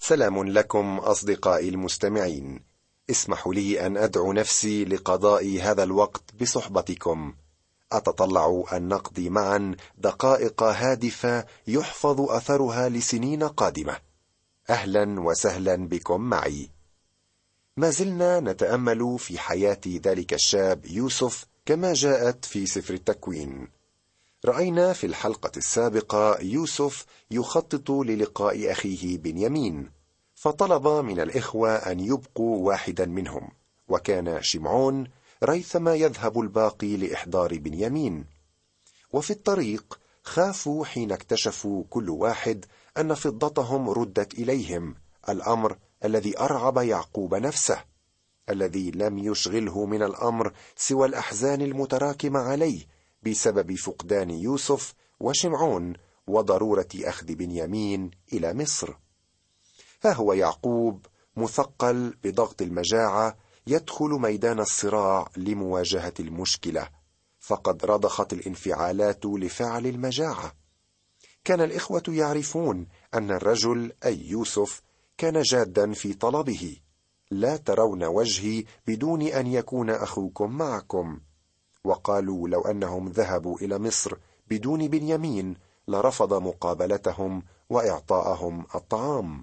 سلام لكم أصدقائي المستمعين. اسمحوا لي أن أدعو نفسي لقضاء هذا الوقت بصحبتكم. أتطلع أن نقضي معا دقائق هادفة يحفظ أثرها لسنين قادمة. أهلا وسهلا بكم معي. ما زلنا نتأمل في حياة ذلك الشاب يوسف كما جاءت في سفر التكوين. رأينا في الحلقة السابقة يوسف يخطط للقاء أخيه بنيامين، فطلب من الإخوة أن يبقوا واحدا منهم، وكان شمعون ريثما يذهب الباقي لإحضار بنيامين. وفي الطريق خافوا حين اكتشفوا كل واحد أن فضتهم ردت إليهم، الأمر الذي أرعب يعقوب نفسه، الذي لم يشغله من الأمر سوى الأحزان المتراكمة عليه بسبب فقدان يوسف وشمعون وضرورة أخذ بنيامين إلى مصر. ها هو يعقوب مثقل بضغط المجاعة يدخل ميدان الصراع لمواجهة المشكلة، فقد رضخت الانفعالات لفعل المجاعة. كان الإخوة يعرفون أن الرجل أي يوسف كان جادا في طلبه. لا ترون وجهي بدون أن يكون أخوكم معكم. وقالوا لو أنهم ذهبوا إلى مصر بدون بنيامين لرفض مقابلتهم وإعطاءهم الطعام.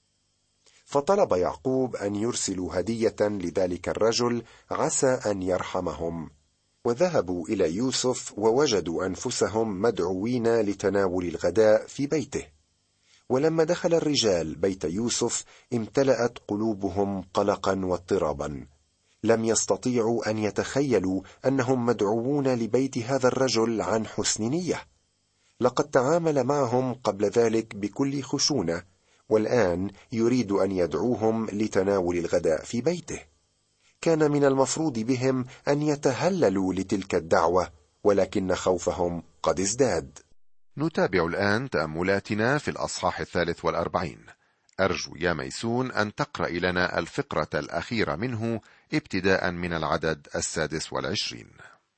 فطلب يعقوب أن يرسلوا هدية لذلك الرجل عسى أن يرحمهم. وذهبوا إلى يوسف ووجدوا أنفسهم مدعوين لتناول الغداء في بيته. ولما دخل الرجال بيت يوسف امتلأت قلوبهم قلقا واضطرابا. لم يستطيعوا أن يتخيلوا أنهم مدعوون لبيت هذا الرجل عن حسن نية. لقد تعامل معهم قبل ذلك بكل خشونة، والآن يريد أن يدعوهم لتناول الغداء في بيته. كان من المفروض بهم أن يتهللوا لتلك الدعوة، ولكن خوفهم قد ازداد. نتابع الآن تأملاتنا في الأصحاح 43. أرجو يا ميسون أن تقرأ لنا الفقرة الأخيرة منه ابتداء من العدد 26.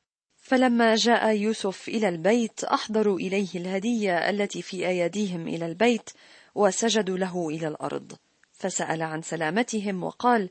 فلما جاء يوسف إلى البيت أحضروا إليه الهدية التي في أيديهم إلى البيت، وسجدوا له إلى الأرض. فسأل عن سلامتهم وقال: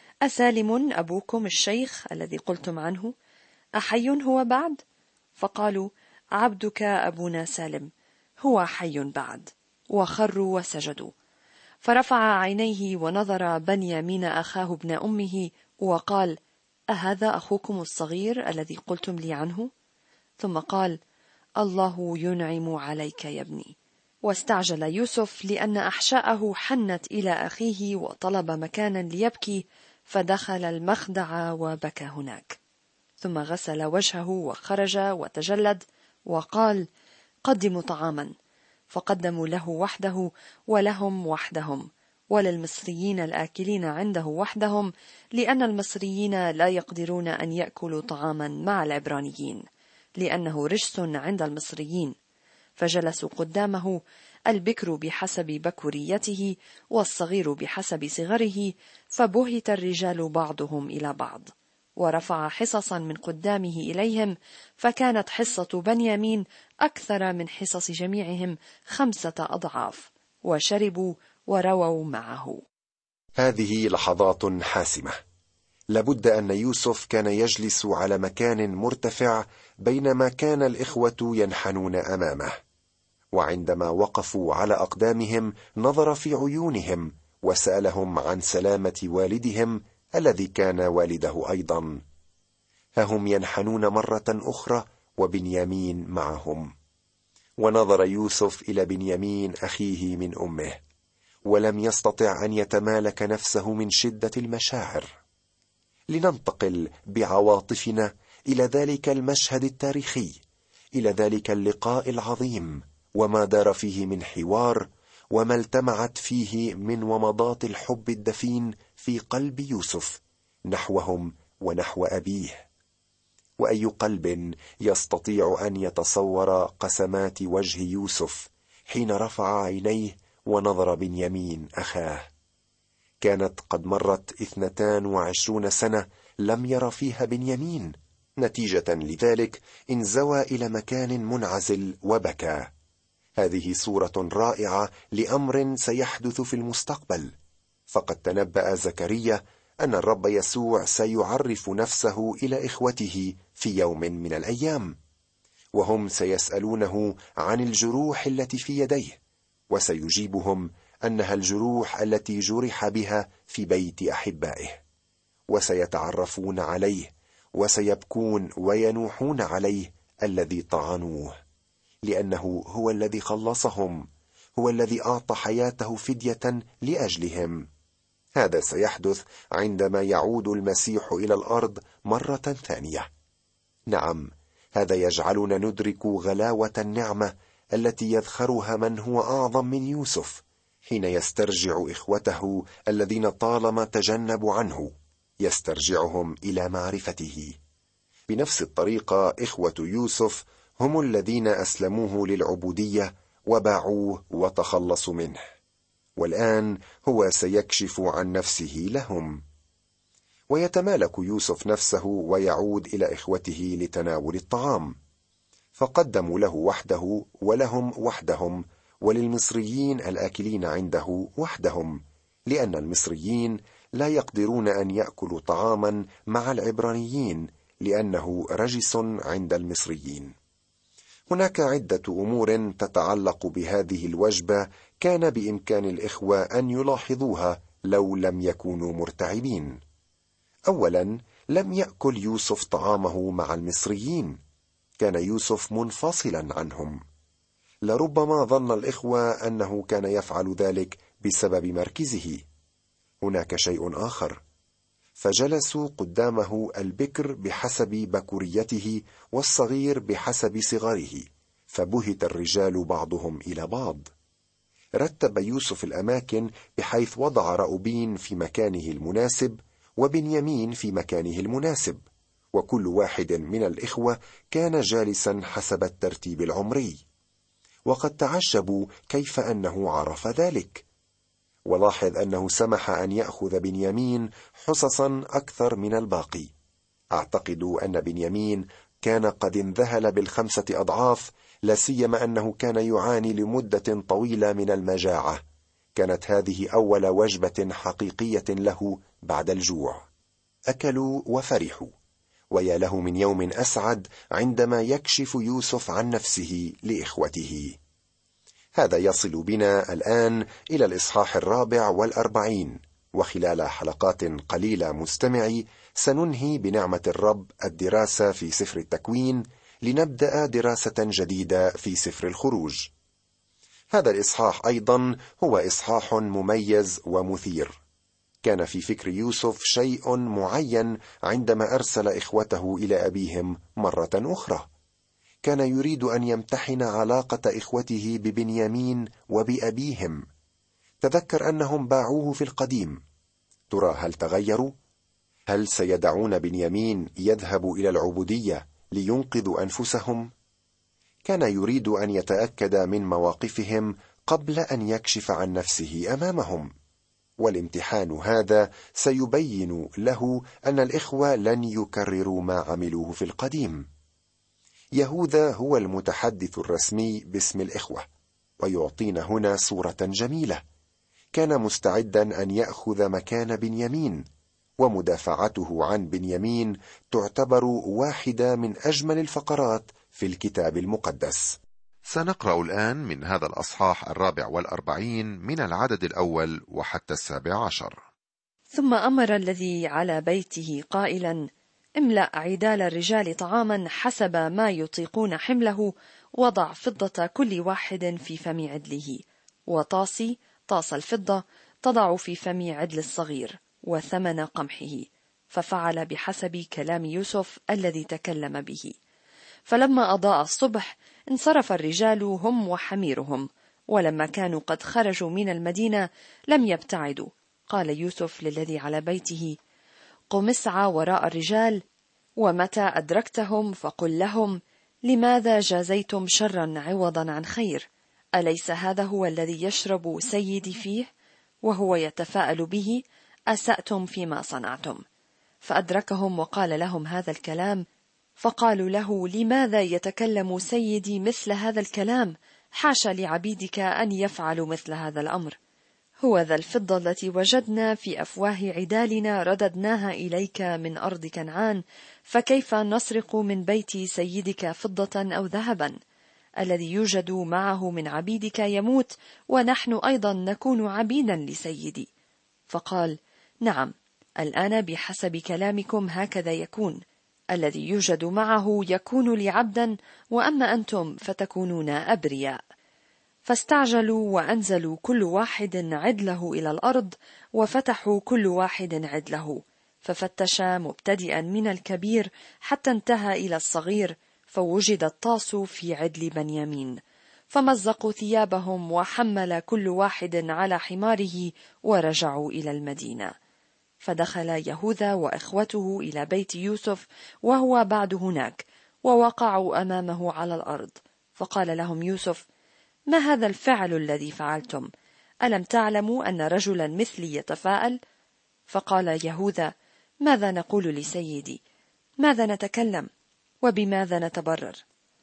أسالم أبوكم الشيخ الذي قلتم عنه؟ أحي هو بعد؟ فقالوا: عبدك أبونا سالم، هو حي بعد. وخروا وسجدوا. فرفع عينيه ونظر بنيامين أخاه ابن أمه وقال: أهذا أخوكم الصغير الذي قلتم لي عنه؟ ثم قال: الله ينعم عليك يا ابني. واستعجل يوسف لأن أحشاءه حنت إلى أخيه وطلب مكانا ليبكي، فدخل المخدع وبكى هناك. ثم غسل وجهه وخرج وتجلد وقال: قدموا طعاما. فقدموا له وحده ولهم وحدهم، وللمصريين الآكلين عنده وحدهم، لأن المصريين لا يقدرون أن يأكلوا طعاما مع العبرانيين، لأنه رجس عند المصريين. فجلسوا قدامه، البكر بحسب بكوريته والصغير بحسب صغره، فبهت الرجال بعضهم إلى بعض. ورفع حصصا من قدامه إليهم، فكانت حصة بنيامين أكثر من حصص جميعهم 5 أضعاف، وشربوا ورووا معه. هذه لحظات حاسمة. لابد أن يوسف كان يجلس على مكان مرتفع بينما كان الإخوة ينحنون أمامه. وعندما وقفوا على أقدامهم نظر في عيونهم وسألهم عن سلامة والدهم الذي كان والده أيضا. هم ينحنون مرة أخرى وبنيامين معهم. ونظر يوسف إلى بنيامين أخيه من أمه، ولم يستطع أن يتمالك نفسه من شدة المشاعر. لننتقل بعواطفنا إلى ذلك المشهد التاريخي، إلى ذلك اللقاء العظيم، وما دار فيه من حوار، وما التمعت فيه من ومضات الحب الدفين في قلب يوسف نحوهم ونحو أبيه. وأي قلب يستطيع أن يتصور قسمات وجه يوسف حين رفع عينيه ونظر بنيامين أخاه؟ كانت قد مرت 22 سنة لم ير فيها بنيامين. نتيجة لذلك انزوى إلى مكان منعزل وبكى. هذه صورة رائعة لأمر سيحدث في المستقبل، فقد تنبأ زكريا أن الرب يسوع سيعرف نفسه إلى إخوته في يوم من الأيام، وهم سيسألونه عن الجروح التي في يديه، وسيجيبهم أنها الجروح التي جرح بها في بيت أحبائه، وسيتعرفون عليه وسيبكون وينوحون عليه الذي طعنوه، لأنه هو الذي خلصهم، هو الذي أعطى حياته فدية لأجلهم. هذا سيحدث عندما يعود المسيح إلى الأرض مرة ثانية. نعم، هذا يجعلنا ندرك غلاوة النعمة التي يذخرها من هو أعظم من يوسف حين يسترجع إخوته الذين طالما تجنبوا عنه، يسترجعهم إلى معرفته. بنفس الطريقة إخوة يوسف هم الذين أسلموه للعبودية وباعوه وتخلصوا منه، والآن هو سيكشف عن نفسه لهم. ويتمالك يوسف نفسه ويعود إلى إخوته لتناول الطعام، فقدموا له وحده ولهم وحدهم، وللمصريين الآكلين عنده وحدهم، لأن المصريين لا يقدرون أن يأكلوا طعاما مع العبرانيين لأنه رجس عند المصريين. هناك عدة أمور تتعلق بهذه الوجبة كان بإمكان الإخوة أن يلاحظوها لو لم يكونوا مرتعبين. أولا، لم يأكل يوسف طعامه مع المصريين، كان يوسف منفصلا عنهم. لربما ظن الإخوة أنه كان يفعل ذلك بسبب مركزه. هناك شيء آخر، فجلسوا قدامه البكر بحسب بكوريته والصغير بحسب صغره، فبهت الرجال بعضهم إلى بعض. رتب يوسف الأماكن بحيث وضع رأوبين في مكانه المناسب وبنيامين في مكانه المناسب، وكل واحد من الإخوة كان جالسا حسب الترتيب العمري، وقد تعجبوا كيف أنه عرف ذلك. ولاحظ أنه سمح أن يأخذ بنيامين حصصا أكثر من الباقي. أعتقد أن بنيامين كان قد انذهل ب5 أضعاف، لا سيما أنه كان يعاني لمدة طويلة من المجاعة. كانت هذه أول وجبة حقيقية له بعد الجوع. أكلوا وفرحوا، ويا له من يوم أسعد عندما يكشف يوسف عن نفسه لإخوته. هذا يصل بنا الآن إلى الإصحاح 44، وخلال حلقات قليلة مستمعي سننهي بنعمة الرب الدراسة في سفر التكوين، لنبدأ دراسة جديدة في سفر الخروج. هذا الإصحاح أيضا هو إصحاح مميز ومثير. كان في فكر يوسف شيء معين عندما أرسل إخوته إلى أبيهم مرة أخرى. كان يريد أن يمتحن علاقة إخوته ببنيامين وبأبيهم. تذكر أنهم باعوه في القديم. ترى هل تغيروا؟ هل سيدعون بنيامين يذهب إلى العبودية لينقذوا أنفسهم؟ كان يريد أن يتأكد من مواقفهم قبل أن يكشف عن نفسه أمامهم، والامتحان هذا سيبين له أن الإخوة لن يكرروا ما عملوه في القديم. يهوذا هو المتحدث الرسمي باسم الإخوة، ويعطينا هنا صورة جميلة. كان مستعدا أن يأخذ مكان بنيامين، ومدافعته عن بنيامين تعتبر واحدة من أجمل الفقرات في الكتاب المقدس. سنقرأ الآن من هذا الأصحاح 44 من العدد الأول وحتى 17. ثم أمر الذي على بيته قائلا: املأ عدال الرجال طعاما حسب ما يطيقون حمله، وضع فضة كل واحد في فم عدله، وطاس الفضة تضع في فم عدل الصغير، وثمن قمحه. ففعل بحسب كلام يوسف الذي تكلم به. فلما أضاء الصبح انصرف الرجال هم وحميرهم، ولما كانوا قد خرجوا من المدينة لم يبتعدوا. قال يوسف للذي على بيته: قم اسعى وراء الرجال، ومتى أدركتهم فقل لهم: لماذا جازيتم شرا عوضا عن خير؟ أليس هذا هو الذي يشرب سيدي فيه وهو يتفاءل به؟ أسأتم فيما صنعتم. فأدركهم وقال لهم هذا الكلام، فقالوا له: لماذا يتكلم سيدي مثل هذا الكلام؟ حاشا لعبيدك أن يفعلوا مثل هذا الأمر. هو ذا الفضة التي وجدنا في أفواه عدالنا رددناها إليك من أرض كنعان، فكيف نسرق من بيت سيدك فضة أو ذهبا؟ الذي يوجد معه من عبيدك يموت، ونحن أيضا نكون عبيدا لسيدي. فقال: نعم، الآن بحسب كلامكم هكذا يكون، الذي يوجد معه يكون لي عبدا، وأما أنتم فتكونون أبرياء. فاستعجلوا وأنزلوا كل واحد عدله إلى الأرض، وفتحوا كل واحد عدله، ففتش مبتدئا من الكبير حتى انتهى إلى الصغير، فوجد الطاس في عدل بنيامين. فمزقوا ثيابهم، وحمل كل واحد على حماره، ورجعوا إلى المدينة. فدخل يهوذا وإخوته إلى بيت يوسف وهو بعد هناك، ووقعوا أمامه على الأرض. فقال لهم يوسف: ما هذا الفعل الذي فعلتم؟ ألم تعلموا أن رجلا مثلي يتفاءل؟ فقال يهوذا: ماذا نقول لسيدي؟ ماذا نتكلم؟ وبماذا نتبرر؟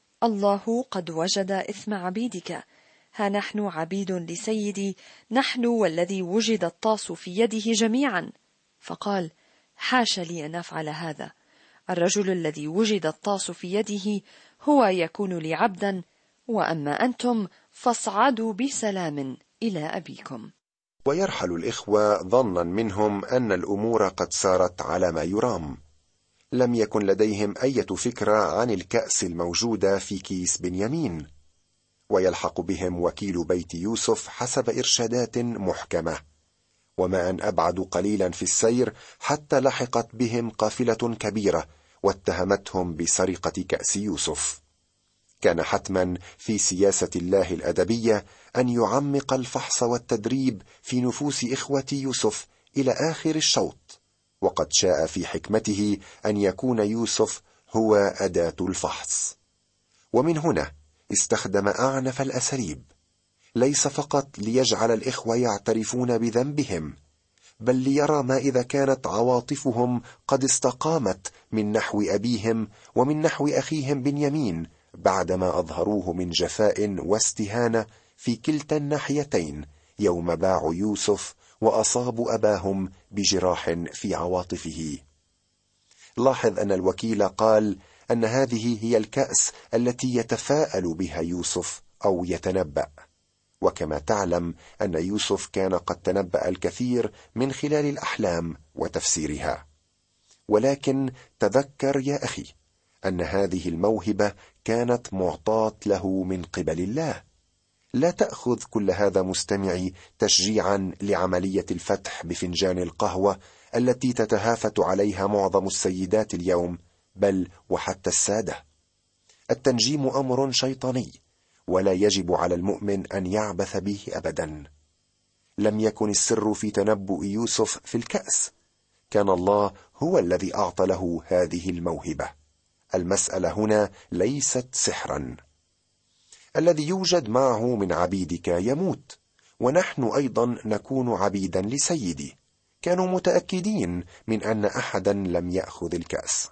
الله قد وجد إثم عبيدك، ها نحن عبيد لسيدي، نحن والذي وجد الطاس في يده جميعا. فقال: حاش لي أن أفعل هذا، الرجل الذي وجد الطاس في يده هو يكون لي عبدا، وأما أنتم فاصعدوا بسلام إلى أبيكم. ويرحل الإخوة ظنا منهم أن الأمور قد سارت على ما يرام. لم يكن لديهم أي فكرة عن الكأس الموجودة في كيس بنيامين. ويلحق بهم وكيل بيت يوسف حسب إرشادات محكمة، وما أن أبعدوا قليلا في السير حتى لحقت بهم قافلة كبيرة واتهمتهم بسرقة كأس يوسف. كان حتما في سياسة الله الأدبية أن يعمق الفحص والتدريب في نفوس إخوة يوسف إلى آخر الشوط، وقد شاء في حكمته أن يكون يوسف هو أداة الفحص. ومن هنا استخدم أعنف الأساليب، ليس فقط ليجعل الإخوة يعترفون بذنبهم، بل ليرى ما إذا كانت عواطفهم قد استقامت من نحو أبيهم ومن نحو أخيهم بنيامين بعدما أظهروه من جفاء واستهانة في كلتا الناحيتين يوم باعوا يوسف وأصابوا أباهم بجراح في عواطفه. لاحظ أن الوكيل قال أن هذه هي الكأس التي يتفاءل بها يوسف أو يتنبأ، وكما تعلم أن يوسف كان قد تنبأ الكثير من خلال الأحلام وتفسيرها. ولكن تذكر يا أخي أن هذه الموهبة كانت معطاة له من قبل الله. لا تأخذ كل هذا مستمعي تشجيعا لعملية الفتح بفنجان القهوة التي تتهافت عليها معظم السيدات اليوم، بل وحتى السادة. التنجيم أمر شيطاني، ولا يجب على المؤمن أن يعبث به أبدا. لم يكن السر في تنبؤ يوسف في الكأس، كان الله هو الذي أعطى له هذه الموهبة. المسألة هنا ليست سحرا. الذي يوجد معه من عبيدك يموت، ونحن أيضا نكون عبيدا لسيدي. كانوا متأكدين من أن أحدا لم يأخذ الكأس.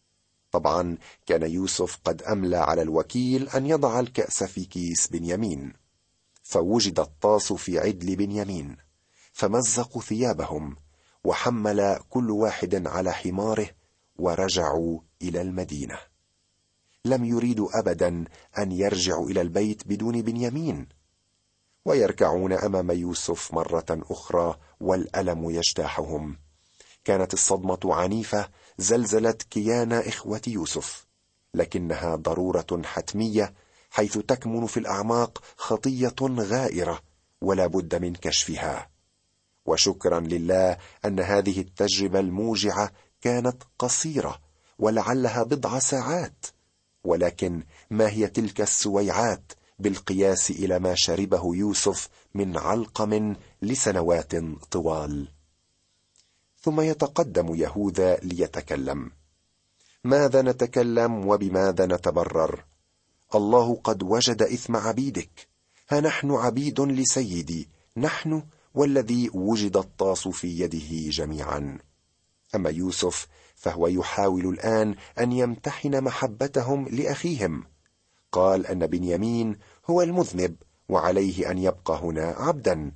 طبعا كان يوسف قد أملى على الوكيل أن يضع الكأس في كيس بنيامين، فوجد الطاس في عدل بنيامين، فمزقوا ثيابهم وحمل كل واحد على حماره ورجعوا إلى المدينة. لم يريدوا أبدا أن يرجعوا إلى البيت بدون بنيامين. ويركعون أمام يوسف مرة أخرى والألم يجتاحهم. كانت الصدمة عنيفة، زلزلت كيان إخوة يوسف، لكنها ضرورة حتمية، حيث تكمن في الأعماق خطية غائرة ولا بد من كشفها. وشكرا لله أن هذه التجربة الموجعة كانت قصيرة، ولعلها بضع ساعات، ولكن ما هي تلك السويعات بالقياس إلى ما شربه يوسف من علقم لسنوات طوال. ثم يتقدم يهوذا ليتكلم. ماذا نتكلم وبماذا نتبرر؟ الله قد وجد إثم عبيدك، ها نحن عبيد لسيدي، نحن والذي وجد الطاس في يده جميعا. أما يوسف فهو يحاول الآن أن يمتحن محبتهم لأخيهم. قال أن بنيامين هو المذنب، وعليه أن يبقى هنا عبدا.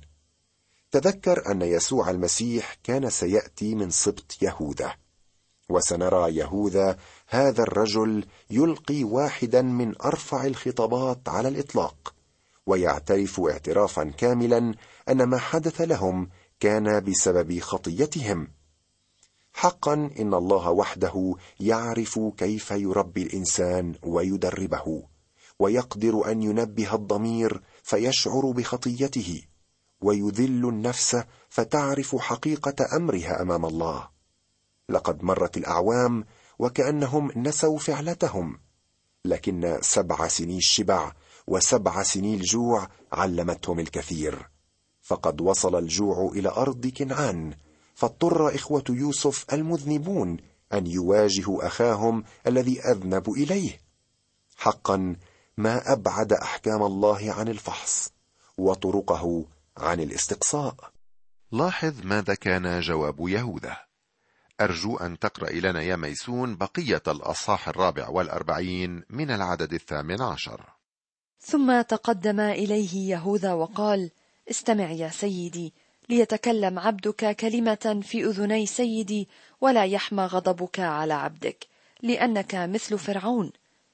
تذكر أن يسوع المسيح كان سيأتي من سبط يهوذا، وسنرى يهوذا هذا الرجل يلقي واحدا من أرفع الخطابات على الإطلاق، ويعترف اعترافا كاملا أن ما حدث لهم كان بسبب خطيتهم. حقا إن الله وحده يعرف كيف يربي الإنسان ويدربه، ويقدر أن ينبه الضمير فيشعر بخطيته، ويذل النفس فتعرف حقيقة أمرها أمام الله. لقد مرت الأعوام وكأنهم نسوا فعلتهم، لكن 7 سنين الشبع و7 سنين الجوع علمتهم الكثير. فقد وصل الجوع إلى أرض كنعان، فاضطر إخوة يوسف المذنبون أن يواجهوا أخاهم الذي أذنبوا إليه. حقا ما أبعد أحكام الله عن الفحص، وطرقه عن الاستقصاء. لاحظ ماذا كان جواب يهوذا. أرجو أن تقرأ لنا يا ميسون بقية الأصحاح 44 من العدد 18. ثم تقدم إليه يهوذا وقال: استمع يا سيدي، ليتكلم عبدك كلمة في أذني سيدي، ولا يحمى غضبك على عبدك، لأنك مثل فرعون.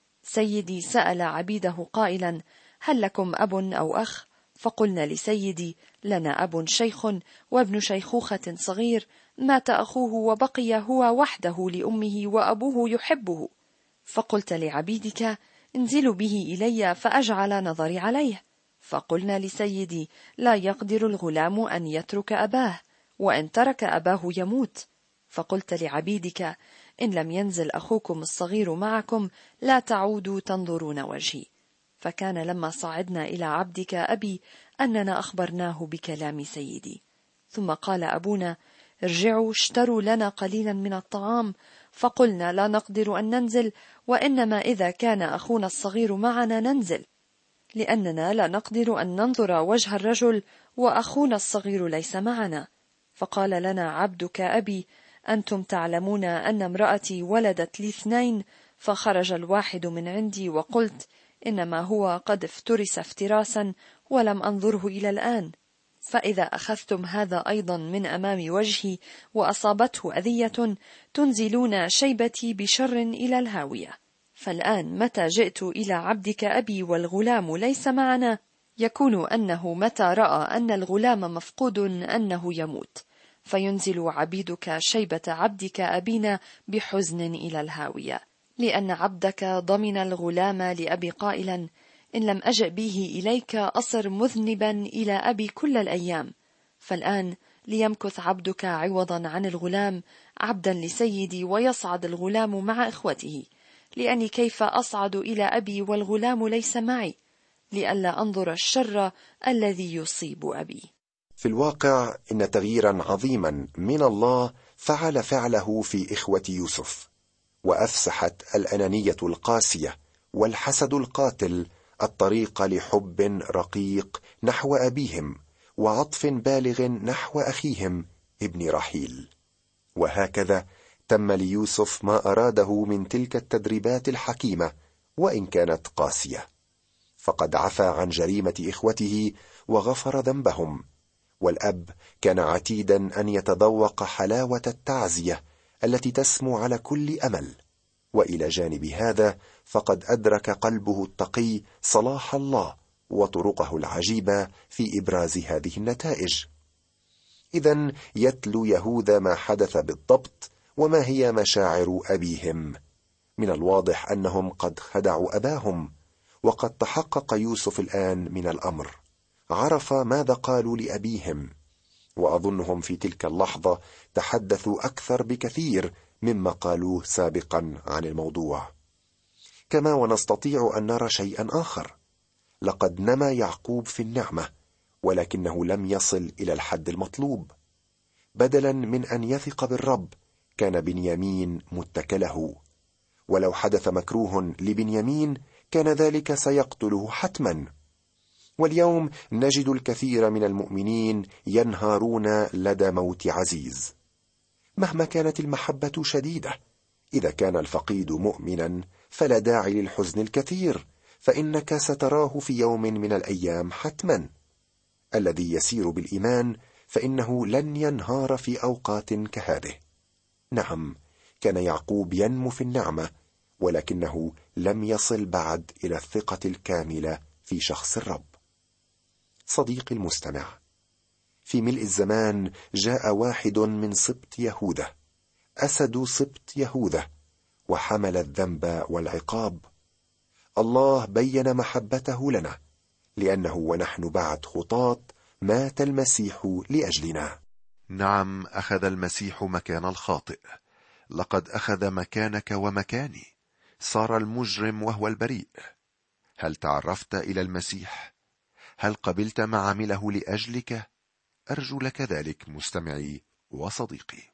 سيدي سأل عبيده قائلا: هل لكم أب أو أخ؟ فقلنا لسيدي: لنا أب شيخ وابن شيخوخة صغير، مات أخوه وبقي هو وحده لأمه وأبوه يحبه. فقلت لعبيدك: انزلوا به إلي فأجعل نظري عليه. فقلنا لسيدي: لا يقدر الغلام أن يترك أباه، وإن ترك أباه يموت. فقلت لعبيدك: إن لم ينزل أخوكم الصغير معكم لا تعودوا تنظرون وجهي. فكان لما صعدنا إلى عبدك أبي أننا أخبرناه بكلام سيدي. ثم قال أبونا: ارجعوا اشتروا لنا قليلا من الطعام. فقلنا: لا نقدر أن ننزل، وإنما إذا كان أخونا الصغير معنا ننزل، لأننا لا نقدر أن ننظر وجه الرجل وأخونا الصغير ليس معنا. فقال لنا عبدك أبي: أنتم تعلمون أن امرأتي ولدت لي 2، فخرج الواحد من عندي وقلت: إنما هو قد افترس افتراسا ولم أنظره إلى الآن. فإذا أخذتم هذا أيضا من أمام وجهي وأصابته أذية، تنزلون شيبتي بشر إلى الهاوية. فالآن متى جئت إلى عبدك أبي والغلام ليس معنا، يكون أنه متى رأى أن الغلام مفقود أنه يموت، فينزل عبيدك شيبة عبدك أبينا بحزن إلى الهاوية، لأن عبدك ضمن الغلام لأبي قائلا: إن لم أجئ به إليك أصر مذنبا إلى أبي كل الأيام. فالآن ليمكث عبدك عوضا عن الغلام عبدا لسيدي، ويصعد الغلام مع إخوته، لأني كيف أصعد إلى أبي والغلام ليس معي، لئلا أنظر الشر الذي يصيب أبي. في الواقع إن تغييرا عظيما من الله فعله في إخوة يوسف، وأفسحت الأنانية القاسية والحسد القاتل الطريق لحب رقيق نحو أبيهم، وعطف بالغ نحو أخيهم ابن رحيل. وهكذا تم ليوسف ما أراده من تلك التدريبات الحكيمة وإن كانت قاسية، فقد عفى عن جريمة إخوته وغفر ذنبهم. والأب كان عتيدا أن يتذوق حلاوة التعزية التي تسمو على كل أمل. وإلى جانب هذا فقد أدرك قلبه التقي صلاح الله وطرقه العجيبة في إبراز هذه النتائج. إذن يتلو يهوذا ما حدث بالضبط وما هي مشاعر أبيهم. من الواضح أنهم قد خدعوا أباهم، وقد تحقق يوسف الآن من الأمر، عرف ماذا قالوا لأبيهم، وأظنهم في تلك اللحظة تحدثوا أكثر بكثير مما قالوه سابقا عن الموضوع. كما ونستطيع أن نرى شيئا آخر: لقد نمى يعقوب في النعمة، ولكنه لم يصل إلى الحد المطلوب. بدلا من أن يثق بالرب كان بنيامين متكله، ولو حدث مكروه لبنيامين كان ذلك سيقتله حتما. واليوم نجد الكثير من المؤمنين ينهارون لدى موت عزيز. مهما كانت المحبة شديدة، إذا كان الفقيد مؤمنا فلا داعي للحزن الكثير، فإنك ستراه في يوم من الأيام حتما. الذي يسير بالإيمان فإنه لن ينهار في أوقات كهذه. نعم، كان يعقوب ينمو في النعمة، ولكنه لم يصل بعد إلى الثقة الكاملة في شخص الرب. صديقي المستمع، في ملء الزمان جاء واحد من سبط يهوذا، أسد سبط يهوذا، وحمل الذنب والعقاب. الله بين محبته لنا، لأنه ونحن بعد خطاة مات المسيح لأجلنا. نعم، أخذ المسيح مكان الخاطئ، لقد أخذ مكانك ومكاني، صار المجرم وهو البريء. هل تعرفت إلى المسيح؟ هل قبلت ما عمله لأجلك؟ أرجو لك ذلك مستمعي وصديقي.